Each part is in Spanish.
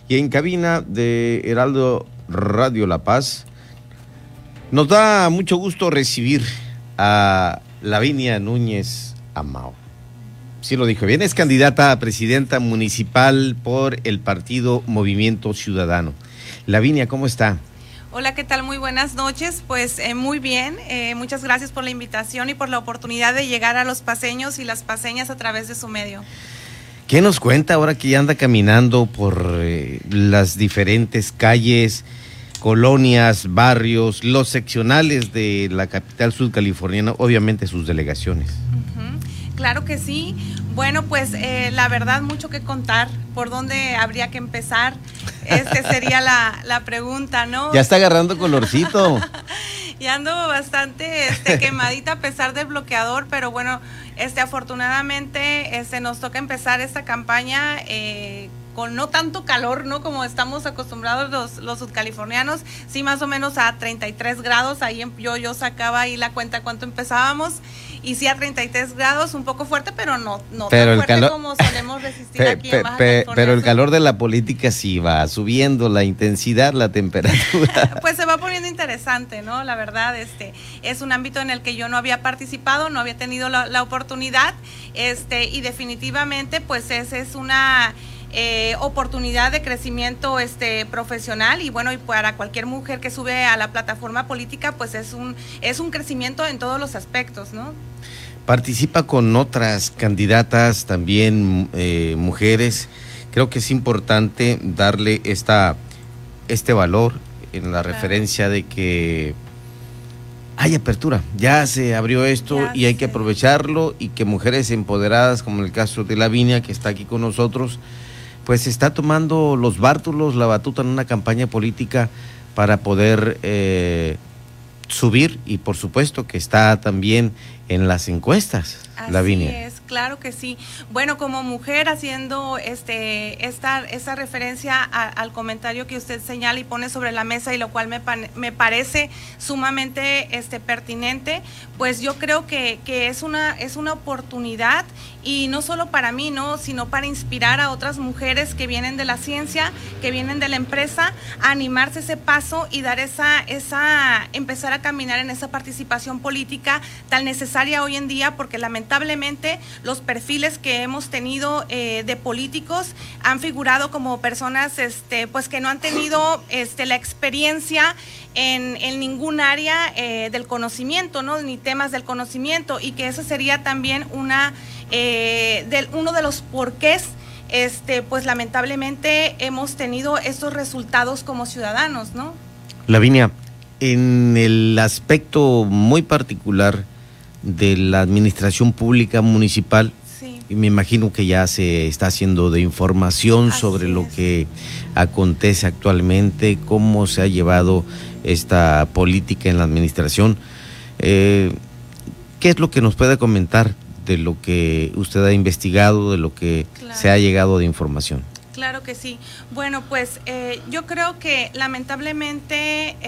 Y en cabina de Heraldo Radio La Paz, nos da mucho gusto recibir a Lavinia Núñez Amao. Sí lo dijo bien, es candidata a presidenta municipal por el partido Movimiento Ciudadano. Lavinia, ¿cómo está? Hola, ¿qué tal? Muy buenas noches. Pues muy bien, muchas gracias por la invitación y por la oportunidad de llegar a los paceños y las paceñas a través de su medio. ¿Qué nos cuenta ahora que ya anda caminando por las diferentes calles, colonias, barrios, los seccionales de la capital sudcaliforniana, obviamente sus delegaciones? Claro que sí. Bueno, pues la verdad, mucho que contar. ¿Por dónde habría que empezar? Sería la pregunta, ¿no? Ya está agarrando colorcito. Ya ando bastante quemadita a pesar del bloqueador, pero bueno, afortunadamente nos toca empezar esta campaña con no tanto calor, ¿no? Como estamos acostumbrados los sudcalifornianos, sí, más o menos a 33 grados, ahí yo sacaba ahí la cuenta cuánto empezábamos, y sí a 33 grados, un poco fuerte, pero no pero tan fuerte calor, como solemos resistir aquí en Baja California. Pero el calor de la política sí va subiendo la intensidad, la temperatura. Pues se va poniendo interesante, ¿no? La verdad, es un ámbito en el que yo no había participado, no había tenido la oportunidad, y definitivamente, pues es una oportunidad de crecimiento profesional, y bueno, y para cualquier mujer que sube a la plataforma política, pues es un crecimiento en todos los aspectos, ¿no? Participa con otras candidatas también, mujeres. Creo que es importante darle este valor en la referencia de que hay apertura, ya se abrió esto y hay que aprovecharlo, y que mujeres empoderadas, como en el caso de Lavinia, que está aquí con nosotros, pues está tomando los bártulos, la batuta en una campaña política para poder subir, y por supuesto que está también en las encuestas, Lavinia. Así es, claro que sí. Bueno, como mujer, haciendo esta referencia al comentario que usted señala y pone sobre la mesa, y lo cual me parece sumamente pertinente, pues yo creo que es una oportunidad, y no solo para mí, ¿no?, sino para inspirar a otras mujeres que vienen de la ciencia, que vienen de la empresa, a animarse ese paso y dar empezar a caminar en esa participación política tan necesaria hoy en día, porque lamentablemente los perfiles que hemos tenido de políticos han figurado como personas pues que no han tenido la experiencia en ningún área del conocimiento, ¿no?, ni temas del conocimiento, y que eso sería también uno de los porqués pues lamentablemente hemos tenido estos resultados como ciudadanos, ¿no? Lavinia, en el aspecto muy particular de la administración pública municipal, sí, y me imagino que ya se está haciendo de información sobre lo que acontece actualmente, cómo se ha llevado esta política en la administración. ¿Qué es lo que nos puede comentar de lo que usted ha investigado, de lo que se ha llegado de información? Claro que sí. Bueno, pues yo creo que lamentablemente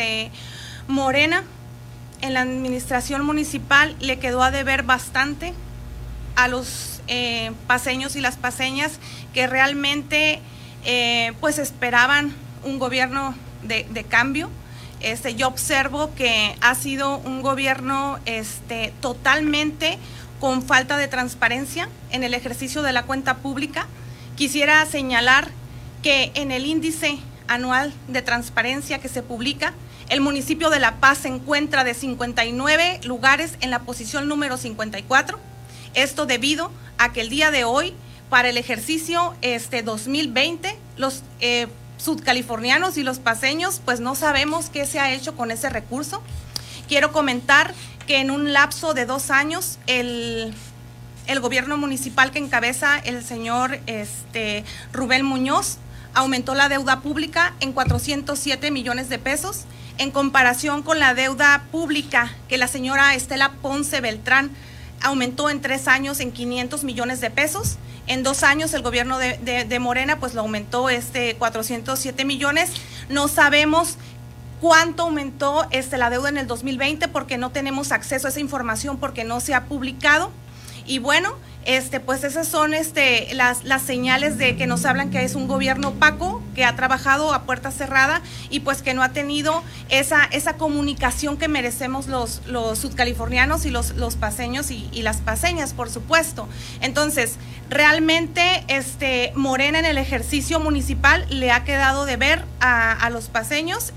Morena en la administración municipal le quedó a deber bastante a los paceños y las paceñas, que realmente pues esperaban un gobierno de cambio. Yo observo que ha sido un gobierno totalmente con falta de transparencia en el ejercicio de la cuenta pública. Quisiera señalar que en el índice anual de transparencia que se publica, el municipio de La Paz se encuentra de 59 lugares en la posición número 54. Esto debido a que el día de hoy, para el ejercicio 2020, los sudcalifornianos y los paceños pues no sabemos qué se ha hecho con ese recurso. Quiero comentar que en un lapso de 2 años el gobierno municipal que encabeza el señor Rubén Muñoz aumentó la deuda pública en 407 millones de pesos, en comparación con la deuda pública que la señora Estela Ponce Beltrán aumentó en 3 años en 500 millones de pesos. En 2 años el gobierno de Morena pues lo aumentó 407 millones. No sabemos cuánto aumentó la deuda en el 2020 porque no tenemos acceso a esa información, porque no se ha publicado. Y bueno, Pues esas son las señales de que nos hablan que es un gobierno opaco, que ha trabajado a puerta cerrada y pues que no ha tenido esa comunicación que merecemos los sudcalifornianos y los paceños y las paceñas, por supuesto. Entonces, realmente Morena en el ejercicio municipal le ha quedado de ver a los paceños.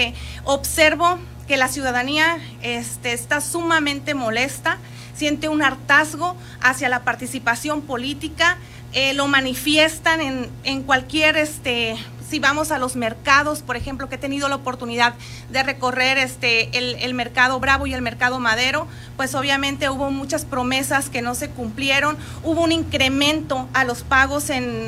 Observo que la ciudadanía está sumamente molesta, siente un hartazgo hacia la participación política, lo manifiestan en cualquier, si vamos a los mercados, por ejemplo, que he tenido la oportunidad de recorrer el Mercado Bravo y el Mercado Madero, pues obviamente hubo muchas promesas que no se cumplieron, hubo un incremento a los pagos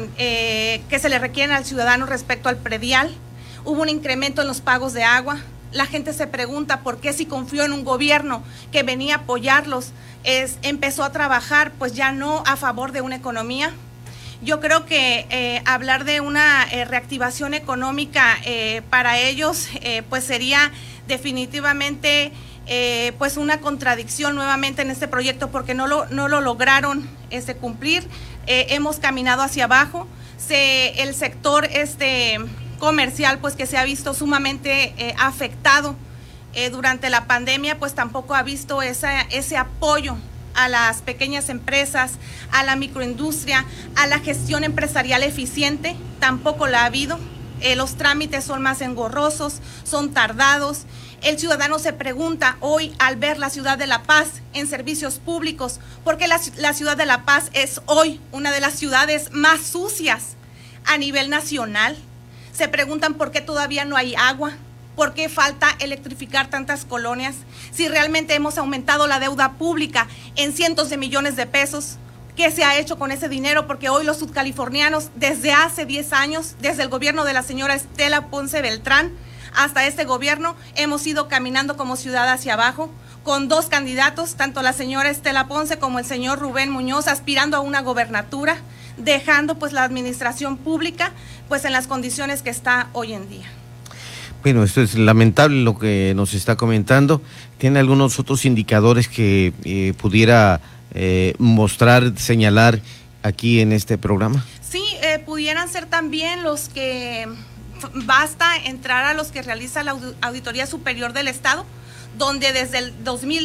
que se le requieren al ciudadano respecto al predial, hubo un incremento en los pagos de agua. La gente se pregunta por qué, si confió en un gobierno que venía a apoyarlos, empezó a trabajar pues ya no a favor de una economía. Yo creo que hablar de una reactivación económica para ellos pues sería definitivamente pues una contradicción nuevamente en este proyecto, porque no lo lograron cumplir. Hemos caminado hacia abajo. El sector comercial pues que se ha visto sumamente afectado durante la pandemia, pues tampoco ha visto ese apoyo a las pequeñas empresas, a la microindustria, a la gestión empresarial eficiente, tampoco la ha habido. Los trámites son más engorrosos, son tardados. El ciudadano se pregunta hoy al ver la ciudad de La Paz en servicios públicos, ¿por qué la ciudad de La Paz es hoy una de las ciudades más sucias a nivel nacional? Se preguntan por qué todavía no hay agua, por qué falta electrificar tantas colonias, si realmente hemos aumentado la deuda pública en cientos de millones de pesos. ¿Qué se ha hecho con ese dinero? Porque hoy los sudcalifornianos, desde hace 10 años, desde el gobierno de la señora Estela Ponce Beltrán hasta este gobierno, hemos ido caminando como ciudad hacia abajo, con dos candidatos, tanto la señora Estela Ponce como el señor Rubén Muñoz, aspirando a una gobernatura, dejando pues la administración pública pues en las condiciones que está hoy en día. Bueno, esto es lamentable lo que nos está comentando. ¿Tiene algunos otros indicadores que pudiera mostrar, señalar aquí en este programa? Sí, pudieran ser también los que, basta entrar a los que realiza la Auditoría Superior del Estado, donde desde el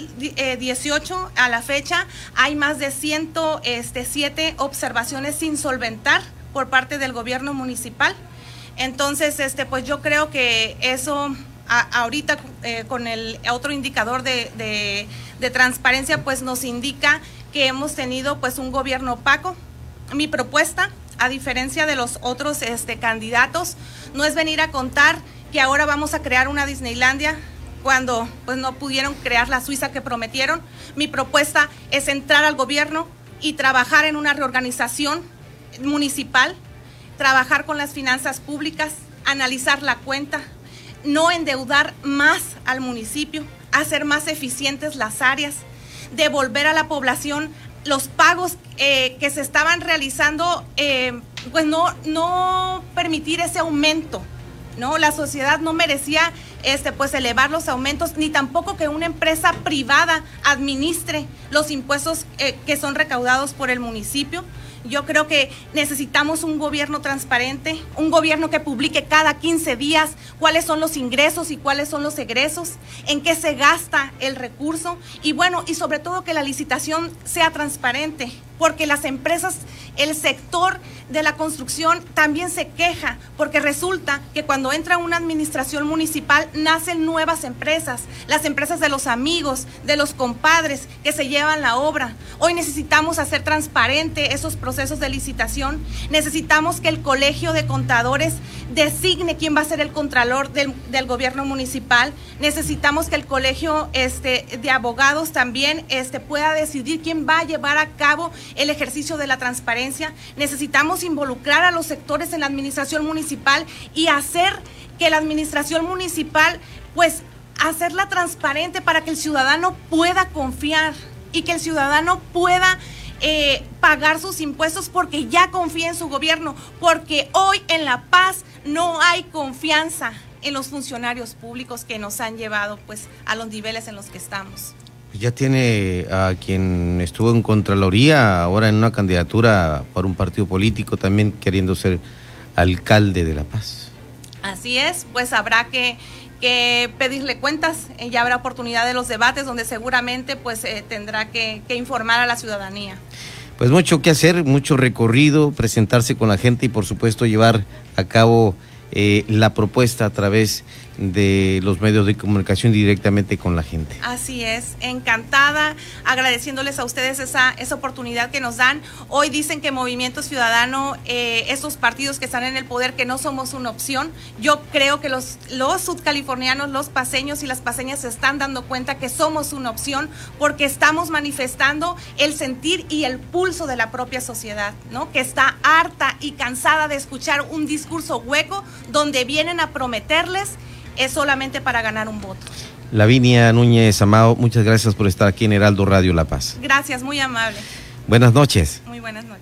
2018 a la fecha hay más de 107 observaciones sin solventar por parte del gobierno municipal. Entonces, pues yo creo que eso ahorita con el otro indicador de transparencia, pues nos indica que hemos tenido pues un gobierno opaco. Mi propuesta, a diferencia de los otros candidatos, no es venir a contar que ahora vamos a crear una Disneylandia cuando pues no pudieron crear la Suiza que prometieron. Mi propuesta es entrar al gobierno y trabajar en una reorganización municipal, trabajar con las finanzas públicas, analizar la cuenta, no endeudar más al municipio, hacer más eficientes las áreas, devolver a la población los pagos que se estaban realizando, pues no permitir ese aumento, ¿no? La sociedad no merecía pues elevar los aumentos, ni tampoco que una empresa privada administre los impuestos que son recaudados por el municipio. Yo creo que necesitamos un gobierno transparente, un gobierno que publique cada 15 días cuáles son los ingresos y cuáles son los egresos, en qué se gasta el recurso y bueno, y sobre todo que la licitación sea transparente, porque las empresas, el sector de la construcción también se queja, porque resulta que cuando entra una administración municipal nacen nuevas empresas, las empresas de los amigos, de los compadres que se llevan la obra. Hoy necesitamos hacer transparente esos procesos de licitación, necesitamos que el Colegio de Contadores designe quién va a ser el contralor del gobierno municipal, necesitamos que el Colegio de Abogados también pueda decidir quién va a llevar a cabo el ejercicio de la transparencia, necesitamos involucrar a los sectores en la administración municipal y hacer que la administración municipal, pues, hacerla transparente para que el ciudadano pueda confiar y que el ciudadano pueda pagar sus impuestos porque ya confía en su gobierno, porque hoy en La Paz no hay confianza en los funcionarios públicos que nos han llevado pues a los niveles en los que estamos. Ya tiene a quien estuvo en Contraloría, ahora en una candidatura por un partido político, también queriendo ser alcalde de La Paz. Así es, pues habrá que pedirle cuentas, ya habrá oportunidad de los debates donde seguramente pues tendrá que informar a la ciudadanía. Pues mucho que hacer, mucho recorrido, presentarse con la gente y por supuesto llevar a cabo la propuesta a través de los medios de comunicación directamente con la gente. Así es, encantada, agradeciéndoles a ustedes esa oportunidad que nos dan. Hoy dicen que Movimiento Ciudadano, esos partidos que están en el poder, que no somos una opción. Yo creo que los sudcalifornianos, los paseños y las paseñas se están dando cuenta que somos una opción porque estamos manifestando el sentir y el pulso de la propia sociedad, ¿no? Que está harta y cansada de escuchar un discurso hueco donde vienen a prometerles es solamente para ganar un voto. Lavinia Núñez Amao, muchas gracias por estar aquí en Heraldo Radio La Paz. Gracias, muy amable. Buenas noches. Muy buenas noches.